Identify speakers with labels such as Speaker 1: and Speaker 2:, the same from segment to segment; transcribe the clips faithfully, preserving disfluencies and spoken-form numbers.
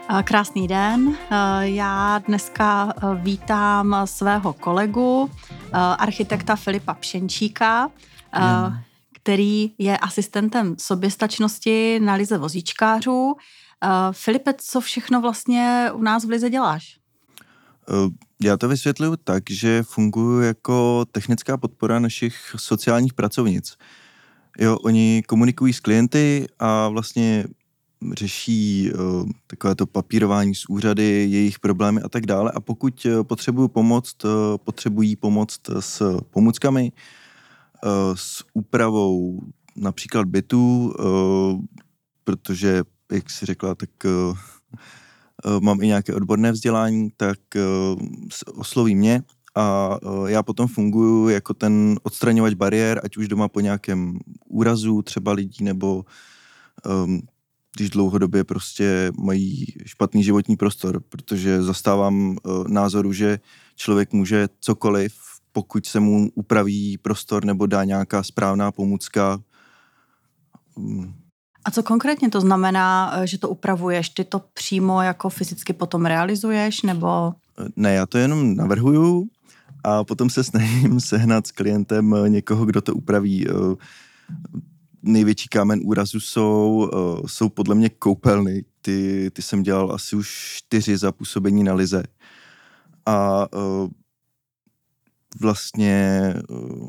Speaker 1: Krásný den. Já dneska vítám svého kolegu, architekta Filipa Pšenčíka,
Speaker 2: Hmm.
Speaker 1: který je asistentem soběstačnosti na Lize vozíčkářů. Filipe, co všechno vlastně u nás v Lize děláš?
Speaker 2: Já to vysvětluju tak, že funguji jako technická podpora našich sociálních pracovnic. Jo, oni komunikují s klienty a vlastně řeší uh, takové to papírování s úřady, jejich problémy a tak dále. A pokud uh, potřebují pomoct, uh, potřebují pomoct s pomůckami, uh, s úpravou například bytů, uh, protože, jak jsi řekla, tak uh, uh, mám i nějaké odborné vzdělání, tak uh, osloví mě a uh, já potom funguji jako ten odstraňovač bariér, ať už doma po nějakém úrazu třeba lidí, nebo um, když dlouhodobě prostě mají špatný životní prostor, protože zastávám uh, názoru, že člověk může cokoliv, pokud se mu upraví prostor nebo dá nějaká správná pomůcka. Um.
Speaker 1: A co konkrétně to znamená, že to upravuješ? Ty to přímo jako fyzicky potom realizuješ, nebo?
Speaker 2: Ne, já to jenom navrhuju a potom se snažím sehnat s klientem někoho, kdo to upraví. Uh, Největší kámen úrazu jsou, uh, jsou podle mě koupelny. Ty, ty jsem dělal asi už čtyři za působení na Lize. A uh, vlastně... Uh,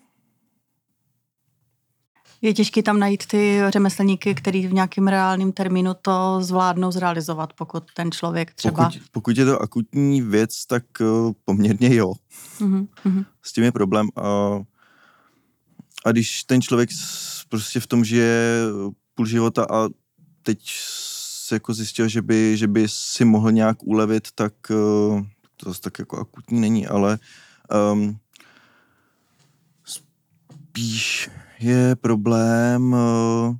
Speaker 1: Je těžké tam najít ty řemeslníky, který v nějakém reálném termínu to zvládnou zrealizovat, pokud ten člověk třeba...
Speaker 2: Pokud, pokud je to akutní věc, tak uh, poměrně jo.
Speaker 1: Uh-huh.
Speaker 2: S tím je problém. A, a když ten člověk prostě v tom žije půl života a teď se jako zjistil, že by, že by si mohl nějak ulevit, tak uh, to zase tak jako akutní není, ale um, spíš je problém uh,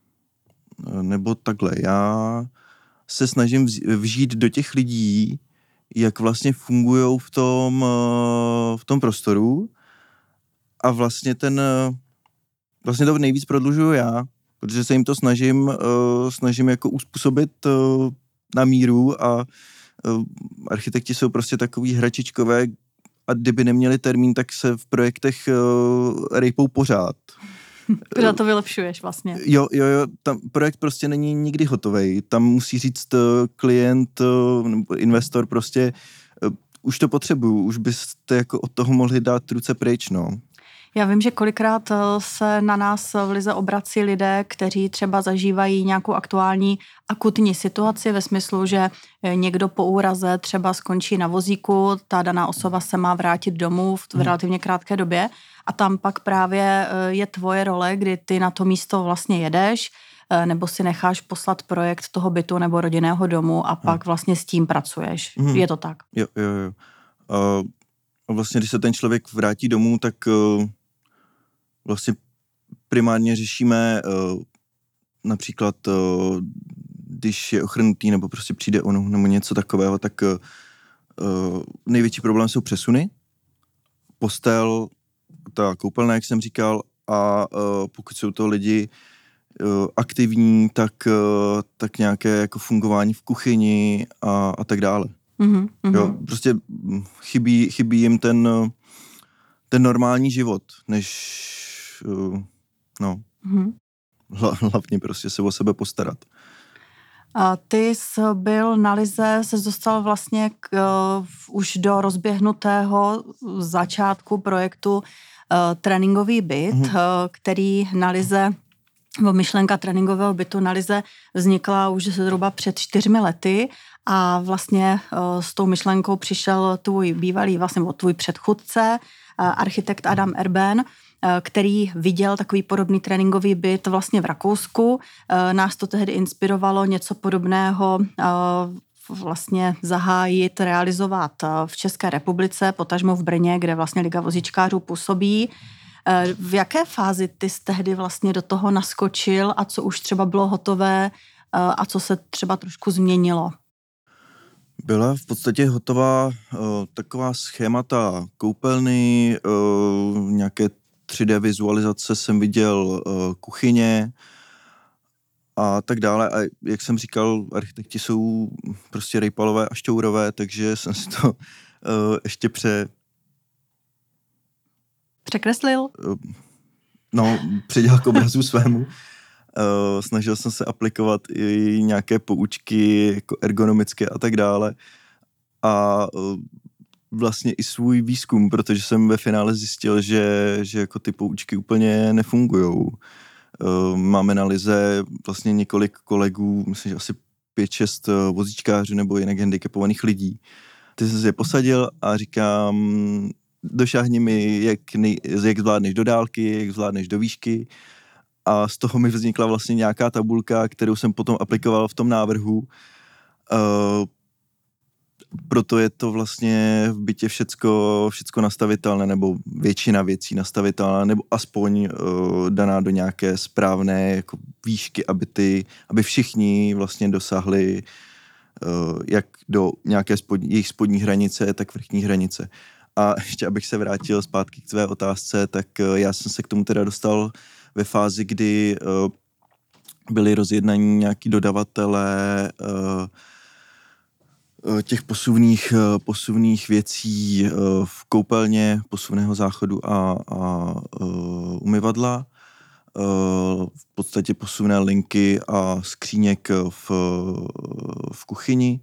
Speaker 2: nebo takhle. Já se snažím vžít do těch lidí, jak vlastně fungujou v tom, uh, v tom prostoru a vlastně ten vlastně to nejvíc prodlužuju já, protože se jim to snažím, uh, snažím jako uspůsobit uh, na míru a uh, architekti jsou prostě takový hračičkové a kdyby neměli termín, tak se v projektech uh, rejpou pořád.
Speaker 1: Kdo to vylepšuješ vlastně?
Speaker 2: Jo, jo, jo, tam projekt prostě není nikdy hotovej. Tam musí říct uh, klient uh, nebo investor prostě uh, už to potřebuju, už byste jako od toho mohli dát ruce pryč, no.
Speaker 1: Já vím, že kolikrát se na nás v Lize obrací lidé, kteří třeba zažívají nějakou aktuální akutní situaci ve smyslu, že někdo po úraze třeba skončí na vozíku, ta daná osoba se má vrátit domů v relativně krátké době a tam pak právě je tvoje role, kdy ty na to místo vlastně jedeš, nebo si necháš poslat projekt toho bytu nebo rodinného domu a pak vlastně s tím pracuješ. Hmm. Je to tak?
Speaker 2: Jo, jo, jo. A vlastně, když se ten člověk vrátí domů, tak vlastně primárně řešíme uh, například, uh, když je ochrnutý nebo prostě přijde ono nebo něco takového, tak uh, největší problém jsou přesuny, postel, ta koupelna, jak jsem říkal, a uh, pokud jsou to lidi uh, aktivní, tak, uh, tak nějaké jako fungování v kuchyni a, a tak dále.
Speaker 1: Mm-hmm.
Speaker 2: Jo, prostě chybí, chybí jim ten, ten normální život, než no,
Speaker 1: mm-hmm.
Speaker 2: hlavně prostě se o sebe postarat.
Speaker 1: A ty jsi byl na Lize, se dostal vlastně k, uh, už do rozběhnutého začátku projektu uh, tréninkový byt, mm-hmm. uh, který na Lize, nebo myšlenka tréninkového bytu na Lize vznikla už zhruba před čtyřmi lety a vlastně uh, s tou myšlenkou přišel tvůj bývalý, vlastně tvůj předchůdce, uh, architekt Adam Erben, který viděl takový podobný tréninkový byt vlastně v Rakousku. Nás to tehdy inspirovalo něco podobného vlastně zahájit, realizovat v České republice, potažmo v Brně, kde vlastně Liga vozíčkářů působí. V jaké fázi ty jsi tehdy vlastně do toho naskočil a co už třeba bylo hotové a co se třeba trošku změnilo?
Speaker 2: Byla v podstatě hotová uh, taková schémata koupelny, uh, nějaké tři dé vizualizace jsem viděl uh, kuchyně a tak dále. A jak jsem říkal, architekti jsou prostě rejpalové a šťourové, takže jsem si to uh, ještě pře...
Speaker 1: Překreslil?
Speaker 2: Uh, no, předělal k obrazu svému. Uh, snažil jsem se aplikovat i nějaké poučky jako ergonomické a tak dále. A uh, vlastně i svůj výzkum, protože jsem ve finále zjistil, že, že jako ty poučky úplně nefungujou. Máme na lize vlastně několik kolegů, myslím, že asi pět, šest vozíčkářů nebo jinak handicapovaných lidí. Ty jsem se je posadil a říkám, došáhni mi, jak, nej, jak zvládneš do dálky, jak zvládneš do výšky. A z toho mi vznikla vlastně nějaká tabulka, kterou jsem potom aplikoval v tom návrhu. Uh, proto je to vlastně v bytě všecko, všecko nastavitelné, nebo většina věcí nastavitelná, nebo aspoň uh, daná do nějaké správné jako výšky, aby, ty, aby všichni vlastně dosáhli uh, jak do nějaké spodní, jejich spodní hranice, tak vrchní hranice. A ještě abych se vrátil zpátky k tvé otázce, tak uh, já jsem se k tomu teda dostal ve fázi, kdy uh, byli rozjednaní nějaký dodavatelé uh, těch posuvných, posuvných věcí v koupelně, posuvného záchodu a, a umyvadla, v podstatě posuvné linky a skříněk v, v kuchyni.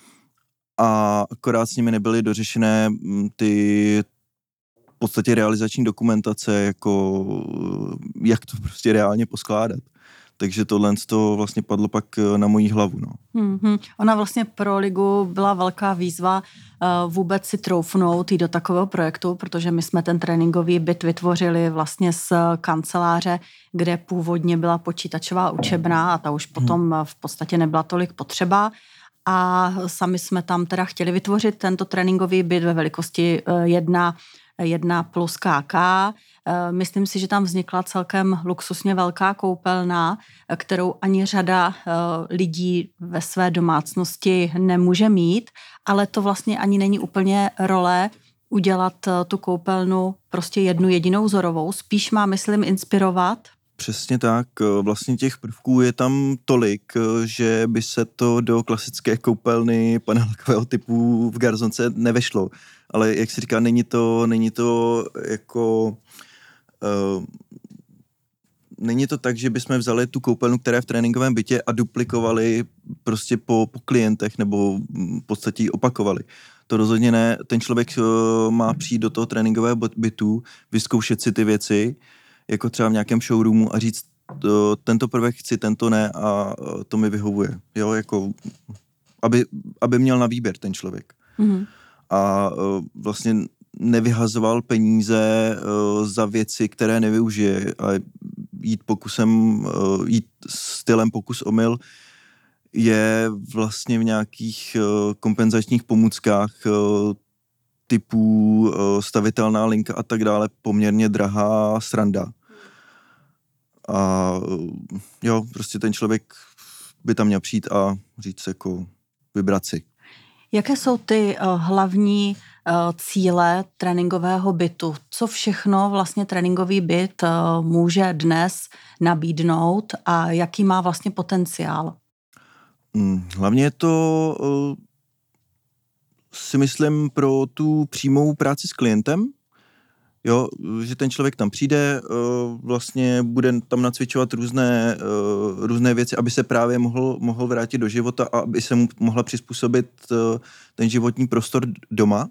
Speaker 2: A akorát s nimi nebyly dořešené ty v podstatě realizační dokumentace, jako jak to prostě reálně poskládat. Takže tohle to vlastně padlo pak na mojí hlavu. No.
Speaker 1: Mm-hmm. Ona vlastně pro ligu byla velká výzva uh, vůbec si troufnout jít do takového projektu, protože my jsme ten tréninkový byt vytvořili vlastně z kanceláře, kde původně byla počítačová učebna a ta už potom v podstatě nebyla tolik potřeba. A sami jsme tam teda chtěli vytvořit tento tréninkový byt ve velikosti jedna, jedna plus ká ká. Myslím si, že tam vznikla celkem luxusně velká koupelna, kterou ani řada lidí ve své domácnosti nemůže mít, ale to vlastně ani není úplně role udělat tu koupelnu prostě jednu jedinou vzorovou. Spíš má, myslím, inspirovat.
Speaker 2: Přesně tak. Vlastně těch prvků je tam tolik, že by se to do klasické koupelny panelákového typu v garzonce nevešlo. Ale jak se říká, není to, není to jako... Uh, není to tak, že bychom vzali tu koupelnu, která je v tréninkovém bytě a duplikovali prostě po, po klientech nebo v podstatě ji opakovali. To rozhodně ne. Ten člověk uh, má přijít do toho tréninkového bytu, vyzkoušet si ty věci, jako třeba v nějakém showroomu a říct, to, tento prvek chci, tento ne a to mi vyhovuje. Jo, jako, aby, aby měl na výběr ten člověk. Mm-hmm. A uh, vlastně nevyhazoval peníze uh, za věci, které nevyužije a jít pokusem, uh, jít stylem pokus omyl je vlastně v nějakých uh, kompenzačních pomůckách uh, typů uh, stavitelná linka a tak dále poměrně drahá sranda. A jo, prostě ten člověk by tam měl přijít a říct jako vybrat si.
Speaker 1: Jaké jsou ty uh, hlavní uh, cíle tréninkového bytu? Co všechno vlastně tréninkový byt uh, může dnes nabídnout a jaký má vlastně potenciál?
Speaker 2: Hmm, hlavně je to uh, si myslím pro tu přímou práci s klientem, jo, že ten člověk tam přijde, vlastně bude tam nacvičovat různé, různé věci, aby se právě mohl, mohl vrátit do života a aby se mu mohla přizpůsobit ten životní prostor doma.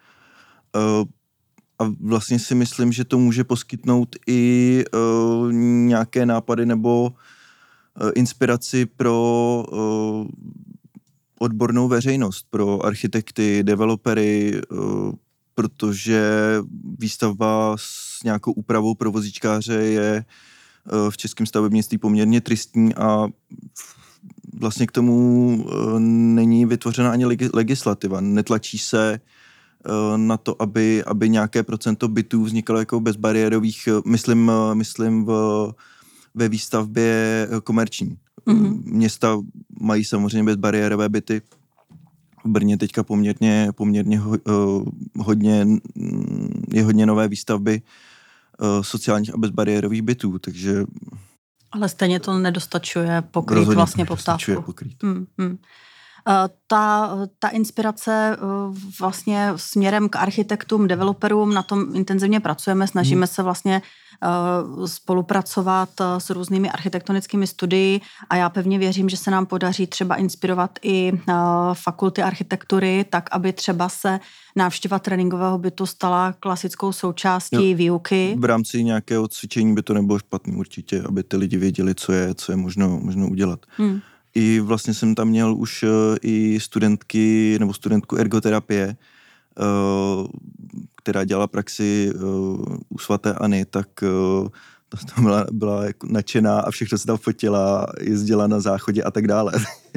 Speaker 2: A vlastně si myslím, že to může poskytnout i nějaké nápady nebo inspiraci pro odbornou veřejnost, pro architekty, developery, protože výstavba s nějakou úpravou pro vozíčkáře je v českém stavebnictví poměrně tristní a vlastně k tomu není vytvořena ani legislativa. Netlačí se na to, aby, aby nějaké procento bytů vznikalo jako bezbariérových, myslím, myslím v, ve výstavbě komerční. Mm-hmm. Města mají samozřejmě bezbariérové byty. V Brně teďka poměrně, poměrně ho, uh, hodně, je hodně nové výstavby uh, sociálních a bezbariérových bytů, takže...
Speaker 1: Ale stejně to nedostačuje pokrýt
Speaker 2: Rozhodně
Speaker 1: vlastně
Speaker 2: to nedostačuje
Speaker 1: poptávku.
Speaker 2: pokrýt.
Speaker 1: Hmm, hmm. Ta, ta inspirace vlastně směrem k architektům, developerům, na tom intenzivně pracujeme, snažíme se vlastně spolupracovat s různými architektonickými studii a já pevně věřím, že se nám podaří třeba inspirovat i fakulty architektury, tak aby třeba se návštěva tréninkového bytu stala klasickou součástí jo, výuky.
Speaker 2: V rámci nějakého cvičení by to nebylo špatný určitě, aby ty lidi věděli, co je, co je možno, možno udělat. Hmm. I vlastně jsem tam měl už uh, i studentky nebo studentku ergoterapie, uh, která dělala praxi uh, u svaté Anny, tak uh, to byla, byla jako nadšená a všechno se tam fotila, jezdila na záchodě a tak dále.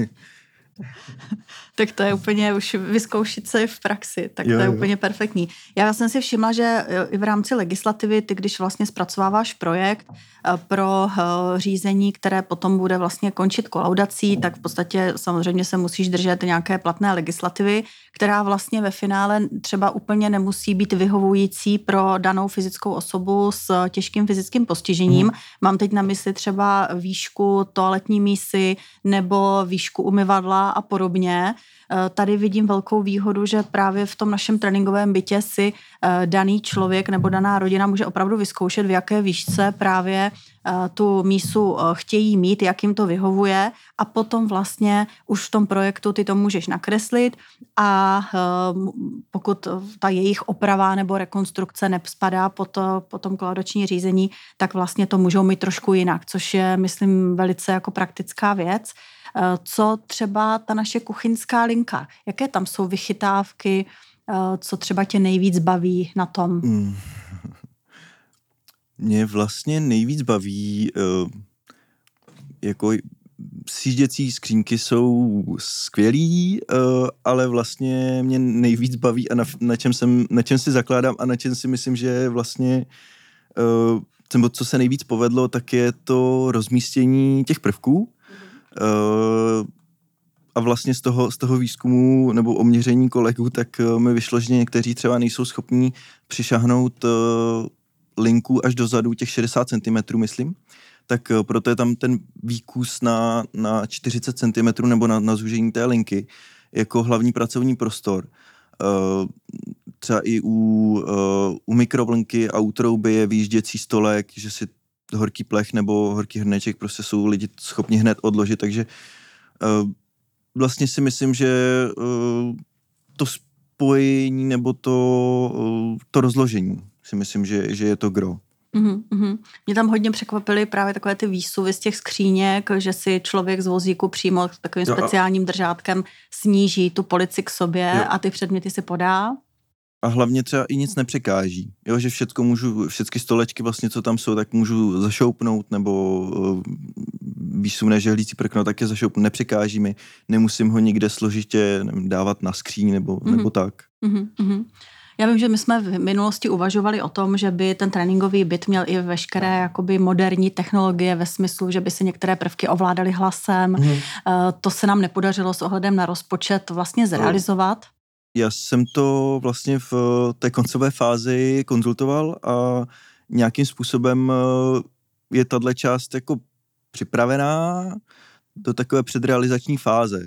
Speaker 1: Tak to je úplně už vyzkoušet se v praxi, tak
Speaker 2: jo,
Speaker 1: to je
Speaker 2: jo.
Speaker 1: úplně perfektní. Já jsem si všimla, že i v rámci legislativy, ty když vlastně zpracováváš projekt pro řízení, které potom bude vlastně končit kolaudací, tak v podstatě samozřejmě se musíš držet nějaké platné legislativy, která vlastně ve finále třeba úplně nemusí být vyhovující pro danou fyzickou osobu s těžkým fyzickým postižením. Hmm. Mám teď na mysli třeba výšku toaletní mísy nebo výšku umyvadla a podobně. Tady vidím velkou výhodu, že právě v tom našem tréninkovém bytě si daný člověk nebo daná rodina může opravdu vyzkoušet, v jaké výšce právě tu mísu chtějí mít, jak jim to vyhovuje a potom vlastně už v tom projektu ty to můžeš nakreslit a pokud ta jejich oprava nebo rekonstrukce nespadá pod, pod tom kolaudační řízení, tak vlastně to můžou mít trošku jinak, což je, myslím, velice jako praktická věc. Co třeba ta naše kuchyňská linka? Jaké tam jsou vychytávky? Co třeba tě nejvíc baví na tom?
Speaker 2: Mm. Mě vlastně nejvíc baví, uh, jako sjížděcí skřínky jsou skvělý, uh, ale vlastně mě nejvíc baví a na, na, čem jsem, na čem si zakládám a na čem si myslím, že vlastně uh, co se nejvíc povedlo, tak je to rozmístění těch prvků. Uh, a vlastně z toho, z toho výzkumu nebo oměření kolegů, tak uh, mi vyšlo, že někteří třeba nejsou schopní přišáhnout uh, linku až dozadu těch šedesát centimetrů, myslím. Tak uh, proto je tam ten výkus na, na čtyřicet centimetrů nebo na, na zúžení té linky jako hlavní pracovní prostor. Uh, třeba i u, uh, u mikrovlnky a u trouby je výjížděcí stolek, že si horký plech nebo horký hrneček prostě jsou lidi schopni hned odložit, takže uh, vlastně si myslím, že uh, to spojení nebo to, uh, to rozložení si myslím, že, že je to gro.
Speaker 1: Uhum, uhum. Mě tam hodně překvapily právě takové ty výsuvy z těch skříněk, že si člověk z vozíku přímo takovým jo, speciálním držátkem sníží tu polici k sobě jo. a ty předměty si podá.
Speaker 2: A hlavně třeba i nic nepřekáží. Jo, že všecko můžu, všechny stolečky vlastně, co tam jsou, tak můžu zašoupnout, nebo uh, výsuvné žehlící prkno také zašoupnout, nepřekáží mi, nemusím ho nikde složitě nevím, dávat na skříň, nebo, mm-hmm. nebo tak.
Speaker 1: Mm-hmm. Já vím, že my jsme v minulosti uvažovali o tom, že by ten tréninkový byt měl i veškeré jakoby moderní technologie ve smyslu, že by se některé prvky ovládaly hlasem. Mm-hmm. Uh, to se nám nepodařilo s ohledem na rozpočet vlastně zrealizovat.
Speaker 2: Já jsem to vlastně v té koncové fázi konzultoval a nějakým způsobem je tato část jako připravená do takové předrealizační fáze.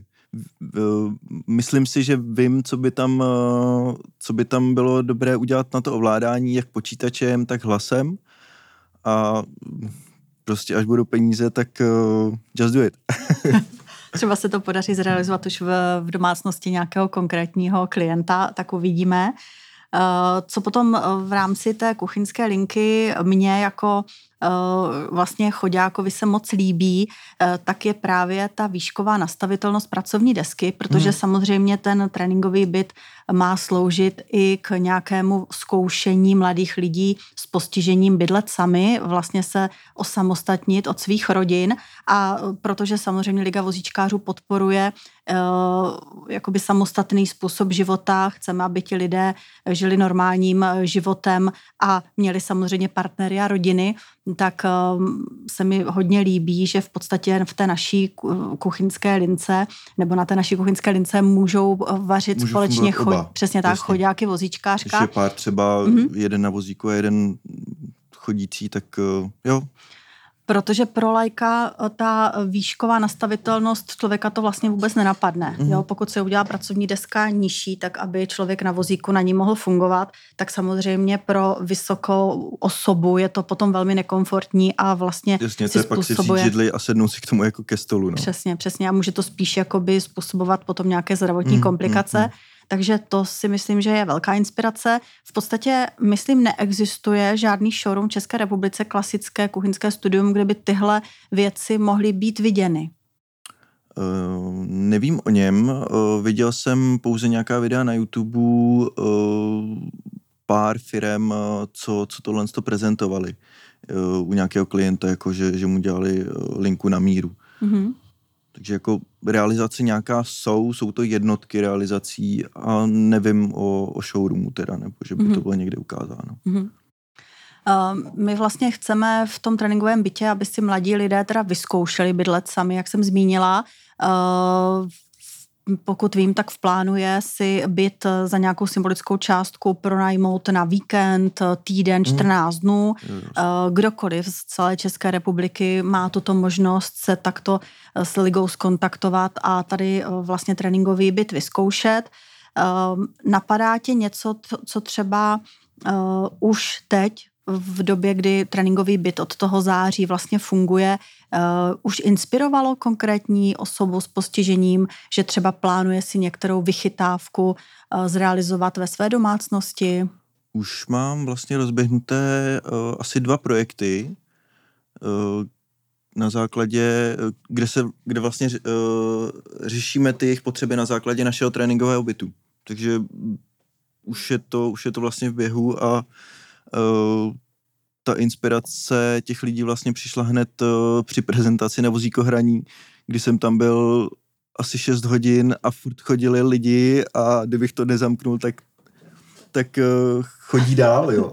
Speaker 2: Myslím si, že vím, co by tam, co by tam bylo dobré udělat na to ovládání, jak počítačem, tak hlasem a prostě až budou peníze, tak just do it.
Speaker 1: Třeba se to podaří zrealizovat už v, v domácnosti nějakého konkrétního klienta, tak uvidíme. Co potom v rámci té kuchyňské linky mě jako vlastně choďákovi se moc líbí, tak je právě ta výšková nastavitelnost pracovní desky, protože hmm. samozřejmě ten tréninkový byt má sloužit i k nějakému zkoušení mladých lidí s postižením bydlet sami, vlastně se osamostatnit od svých rodin a protože samozřejmě Liga vozíčkářů podporuje uh, jakoby samostatný způsob života, chceme, aby ti lidé žili normálním životem a měli samozřejmě partnery a rodiny, tak um, se mi hodně líbí, že v podstatě v té naší kuchyňské lince nebo na té naší kuchyňské lince můžou vařit
Speaker 2: Můžu
Speaker 1: společně chod, přesně tak,
Speaker 2: Jasně.
Speaker 1: choďáky, vozíčkářka.
Speaker 2: Když je pár třeba mm-hmm. jeden na vozíku a jeden chodící, tak uh, jo.
Speaker 1: Protože pro laika ta výšková nastavitelnost člověka to vlastně vůbec nenapadne. Mm. Jo? Pokud se udělá pracovní deska nižší, tak aby člověk na vozíku na ní mohl fungovat, tak samozřejmě pro vysokou osobu je to potom velmi nekomfortní a vlastně
Speaker 2: jasně,
Speaker 1: si
Speaker 2: to je pak si vzít židli a sednout si k tomu jako ke stolu. No.
Speaker 1: Přesně, přesně. A může to spíš jakoby způsobovat potom nějaké zdravotní mm, komplikace. Mm, mm. Takže to si myslím, že je velká inspirace. V podstatě, myslím, neexistuje žádný showroom v České republice, klasické kuchyňské studium, kde by tyhle věci mohly být viděny.
Speaker 2: Uh, nevím o něm. Uh, viděl jsem pouze nějaká videa na YouTube, uh, pár firem, uh, co, co tohle to prezentovali uh, u nějakého klienta, jako že, že mu dělali uh, linku na míru. Mm-hmm. Takže jako realizace nějaká jsou, jsou to jednotky realizací a nevím o, o showroomu teda, nebo že by mm-hmm. to bylo někde ukázáno.
Speaker 1: Mm-hmm. Uh, my vlastně chceme v tom tréninkovém bytě, aby si mladí lidé teda vyzkoušeli bydlet sami, jak jsem zmínila. Uh, pokud vím, tak v plánu je si byt za nějakou symbolickou částku pronajmout na víkend, týden, čtrnáct dnů. Mm. Kdokoliv z celé České republiky má tuto možnost se takto s ligou skontaktovat a tady vlastně tréninkový byt vyzkoušet. Napadá tě něco, co třeba už teď v době, kdy tréninkový byt od toho září vlastně funguje, uh, už inspirovalo konkrétní osobu s postižením, že třeba plánuje si některou vychytávku uh, zrealizovat ve své domácnosti?
Speaker 2: Už mám vlastně rozběhnuté uh, asi dva projekty uh, na základě, kde se, kde vlastně uh, řešíme ty jejich potřeby na základě našeho tréninkového bytu. Takže už je to, už je to vlastně v běhu a Uh, ta inspirace těch lidí vlastně přišla hned uh, při prezentaci na vozíkohraní, kdy jsem tam byl asi šest hodin a furt chodili lidi a kdybych to nezamknul, tak, tak uh, chodí dál, jo.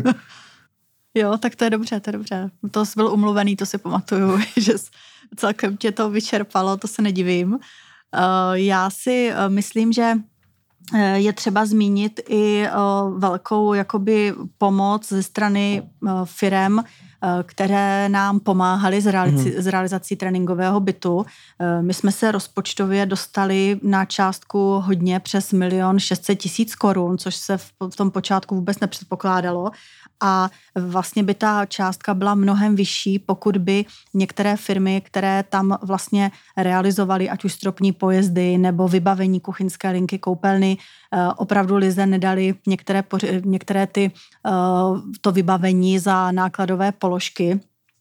Speaker 1: Jo, tak to je dobře, to je dobře. To jsi byl umluvený, to si pamatuju, že celkem tě to vyčerpalo, to se nedivím. Uh, já si uh, myslím, že je třeba zmínit i uh, velkou jakoby pomoc ze strany uh, firem, uh, které nám pomáhaly s, realici- mm. s realizací tréninkového bytu. Uh, my jsme se rozpočtově dostali na částku hodně přes milion šest set tisíc korun, což se v, v tom počátku vůbec nepředpokládalo. A vlastně by ta částka byla mnohem vyšší, pokud by některé firmy, které tam vlastně realizovaly, ať už stropní pojezdy nebo vybavení kuchyňské linky, koupelny, opravdu lize nedali některé, některé ty, to vybavení za nákladové položky.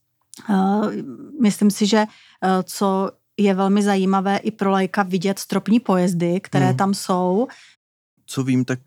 Speaker 1: Myslím si, že co je velmi zajímavé i pro laika vidět stropní pojezdy, které hmm. tam jsou.
Speaker 2: Co vím, tak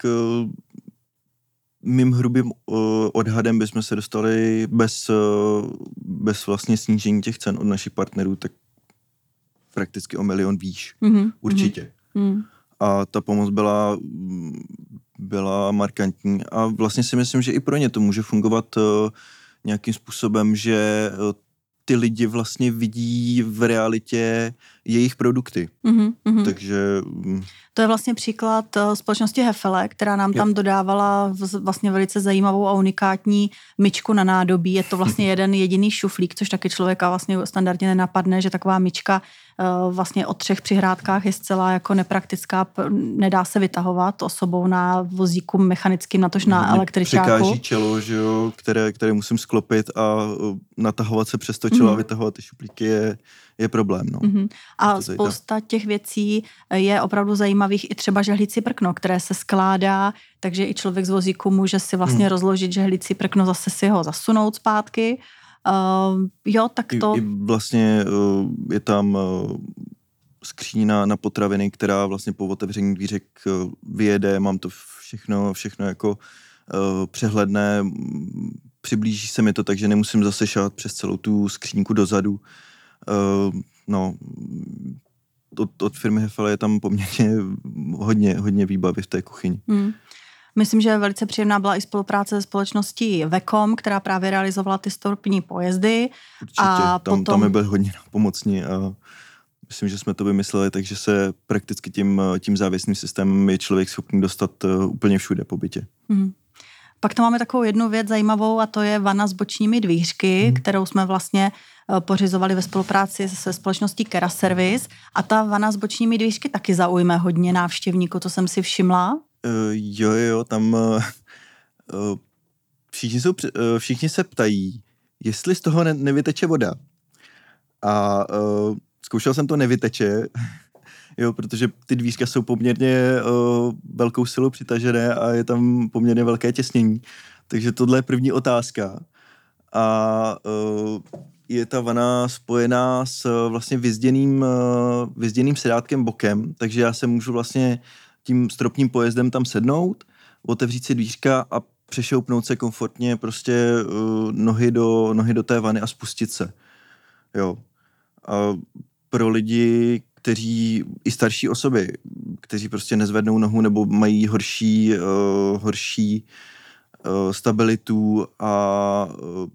Speaker 2: mým hrubým uh, odhadem bychom se dostali bez, uh, bez vlastně snížení těch cen od našich partnerů, tak prakticky o milion výš. Mm-hmm. Určitě. Mm-hmm. A ta pomoc byla, byla markantní a vlastně si myslím, že i pro ně to může fungovat uh, nějakým způsobem, že uh, ty lidi vlastně vidí v realitě jejich produkty. Mm-hmm. Takže...
Speaker 1: To je vlastně příklad společnosti Hefele, která nám tam dodávala vlastně velice zajímavou a unikátní myčku na nádobí. Je to vlastně jeden jediný šuflík, což taky člověka vlastně standardně nenapadne, že taková myčka vlastně o třech přihrádkách je zcela jako nepraktická, nedá se vytahovat osobou na vozíku mechanickým, natož na električáku.
Speaker 2: Překáží čelo, že jo, které, které musím sklopit a natahovat se přes to čelo mm. a vytahovat ty šuplíky je, je problém. No.
Speaker 1: Mm-hmm. A spousta těch věcí je opravdu zajímavých, i třeba žehlící prkno, které se skládá, takže i člověk z vozíku může si vlastně mm. rozložit žehlící prkno, zase si ho zasunout zpátky. Uh, jo, tak to...
Speaker 2: I, i vlastně uh, je tam uh, skříň na potraviny, která vlastně po otevření dvířek uh, vyjede, mám to všechno, všechno jako uh, přehledné, přiblíží se mi to, takže nemusím zase šát přes celou tu skříňku dozadu. Uh, no, od, od firmy Hefele je tam poměrně hodně, hodně výbavy v té kuchyni. Hmm.
Speaker 1: Myslím, že velice příjemná byla i spolupráce se společností Vekom, která právě realizovala ty stropní pojezdy.
Speaker 2: Určitě, a tam, potom... tam je byl hodně pomocní a myslím, že jsme to vymysleli, takže se prakticky tím, tím závěsným systémem je člověk schopný dostat úplně všude po bytě.
Speaker 1: Hmm. pak tam máme takovou jednu věc zajímavou a to je vana s bočními dvířky, hmm. kterou jsme vlastně pořizovali ve spolupráci se společností Kera Service a ta vana s bočními dvířky taky zaujme hodně návštěvníků, to jsem si všimla.
Speaker 2: Uh, jo, jo, tam uh, uh, všichni, jsou, uh, všichni se ptají, jestli z toho ne- nevyteče voda. A uh, zkoušel jsem to, nevyteče, jo, protože ty dvířka jsou poměrně uh, velkou silou přitažené a je tam poměrně velké těsnění. Takže tohle je první otázka. A uh, je ta vana spojená s vlastně vyzděným, uh, vyzděným sedátkem bokem, takže já se můžu vlastně tím stropním pojezdem tam sednout, otevřít si dvířka a přešoupnout se komfortně prostě uh, nohy, do, nohy do té vany a spustit se. Jo. A pro lidi, kteří, i starší osoby, kteří prostě nezvednou nohu nebo mají horší, uh, horší uh, stabilitu a uh,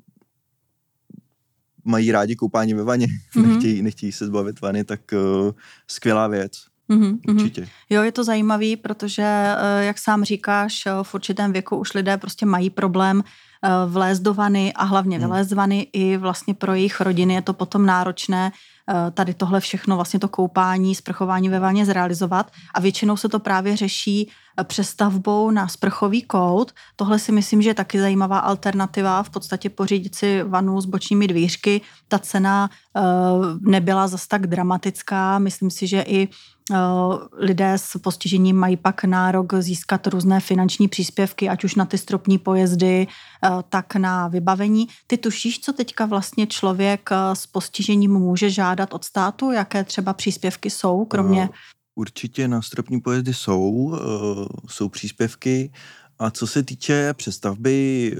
Speaker 2: mají rádi koupání ve vaně, mm-hmm. nechtějí, nechtějí se zbavit vany, tak uh, skvělá věc. Mm-hmm. Určitě.
Speaker 1: Jo, je to zajímavý, protože, jak sám říkáš, v určitém věku už lidé prostě mají problém vlézt do vany a hlavně hmm. vylézt z vany i vlastně pro jejich rodiny je to potom náročné tady tohle všechno, vlastně to koupání, sprchování ve vaně zrealizovat a většinou se to právě řeší přestavbou na sprchový kout. Tohle si myslím, že je taky zajímavá alternativa, v podstatě pořídit si vanu s bočními dvířky. Ta cena nebyla zas tak dramatická, myslím si, že i lidé s postižením mají pak nárok získat různé finanční příspěvky, ať už na ty stropní pojezdy, tak na vybavení. Ty tušíš, co teďka vlastně člověk s postižením může žádat od státu? Jaké třeba příspěvky jsou, kromě...
Speaker 2: Určitě na stropní pojezdy jsou, jsou příspěvky a co se týče přestavby,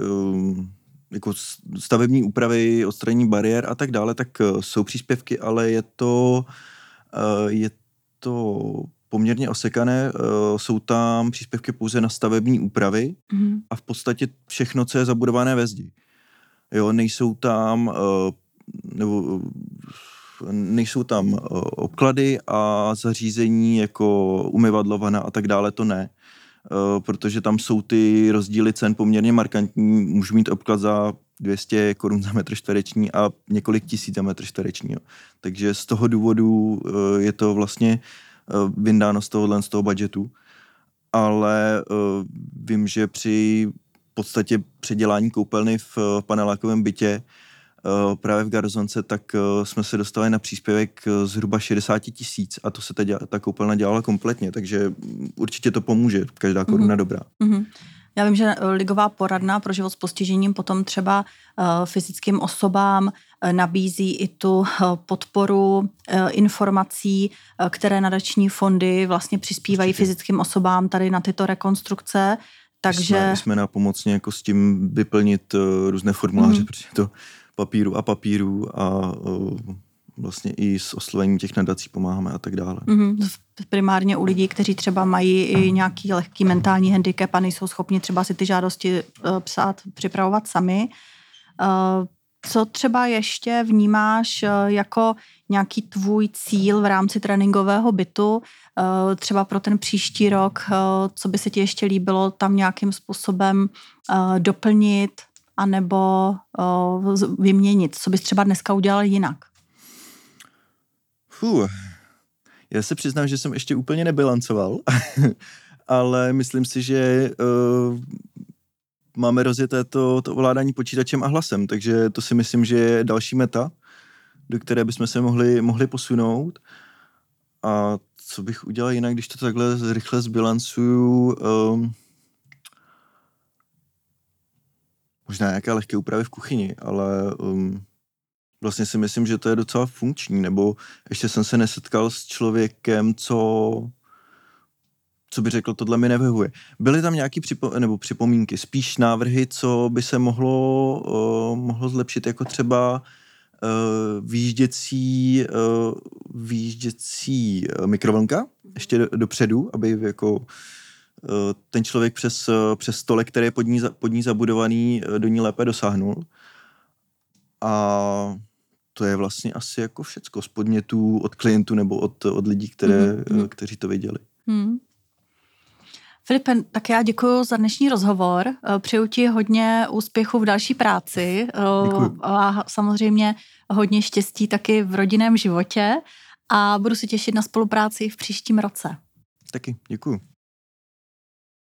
Speaker 2: jako stavební úpravy, odstranění bariér a tak dále, tak jsou příspěvky, ale je to, je to poměrně osekané. Jsou tam příspěvky pouze na stavební úpravy mm. a v podstatě všechno, co je zabudované ve zdi. Jo, nejsou tam nebo nejsou tam obklady a zařízení jako umyvadlo, vana a tak dále, to ne. Protože tam jsou ty rozdíly cen poměrně markantní. Můžu mít obklad za dvě stě korun za metr čtvereční a několik tisíc za metr čtvereční. Takže z toho důvodu je to vlastně vyndáno z tohohle, z toho budžetu. Ale vím, že při podstatě předělání koupelny v panelákovém bytě právě v Garzonce, tak jsme se dostali na příspěvek zhruba šedesát tisíc a to se ta, děla, ta koupelna dělala kompletně, takže určitě to pomůže, každá koruna mm-hmm. dobrá.
Speaker 1: Mm-hmm. Já vím, že ligová poradna pro život s postižením potom třeba uh, fyzickým osobám uh, nabízí i tu uh, podporu uh, informací, uh, které nadační fondy vlastně přispívají určitě fyzickým osobám tady na tyto rekonstrukce. Takže...
Speaker 2: Jsme, jsme nápomocni jako s tím vyplnit uh, různé formuláře, mm-hmm. protože to papíru a papíru a uh, vlastně i s oslovením těch nadací pomáháme a tak dále.
Speaker 1: Mm-hmm. Primárně u lidí, kteří třeba mají i nějaký lehký mentální handicap a nejsou schopni třeba si ty žádosti uh, psát, připravovat sami. Uh, co třeba ještě vnímáš uh, jako nějaký tvůj cíl v rámci tréninkového bytu, uh, třeba pro ten příští rok, uh, co by se ti ještě líbilo tam nějakým způsobem uh, doplnit anebo uh, vyměnit? Co bys třeba dneska udělal jinak?
Speaker 2: Fuh. Já se přiznám, že jsem ještě úplně nebilancoval, ale myslím si, že uh, máme rozjeté to, to ovládání počítačem a hlasem, takže to si myslím, že je další meta, do které bychom se mohli, mohli posunout. A co bych udělal jinak, když to takhle rychle zbilancuju? Um, možná nějaké lehké úpravy v kuchyni, ale um, vlastně si myslím, že to je docela funkční, nebo ještě jsem se nesetkal s člověkem, co, co by řekl, tohle mi nevyhovuje. Byly tam nějaké připo, nebo připomínky, spíš návrhy, co by se mohlo, uh, mohlo zlepšit, jako třeba uh, výjížděcí, uh, výjížděcí mikrovlnka ještě do, dopředu, aby jako uh, ten člověk přes, uh, přes stolek, který je pod ní, pod ní zabudovaný, uh, do ní lépe dosáhnul. A to je vlastně asi jako všecko z podnětů od klientů nebo od, od lidí, které, mm-hmm. kteří to viděli. Mm.
Speaker 1: Filipe, tak já děkuji za dnešní rozhovor. Přeju ti hodně úspěchu v další práci.
Speaker 2: Děkuji.
Speaker 1: A samozřejmě hodně štěstí taky v rodinném životě a budu se těšit na spolupráci v příštím roce.
Speaker 2: Taky, děkuji.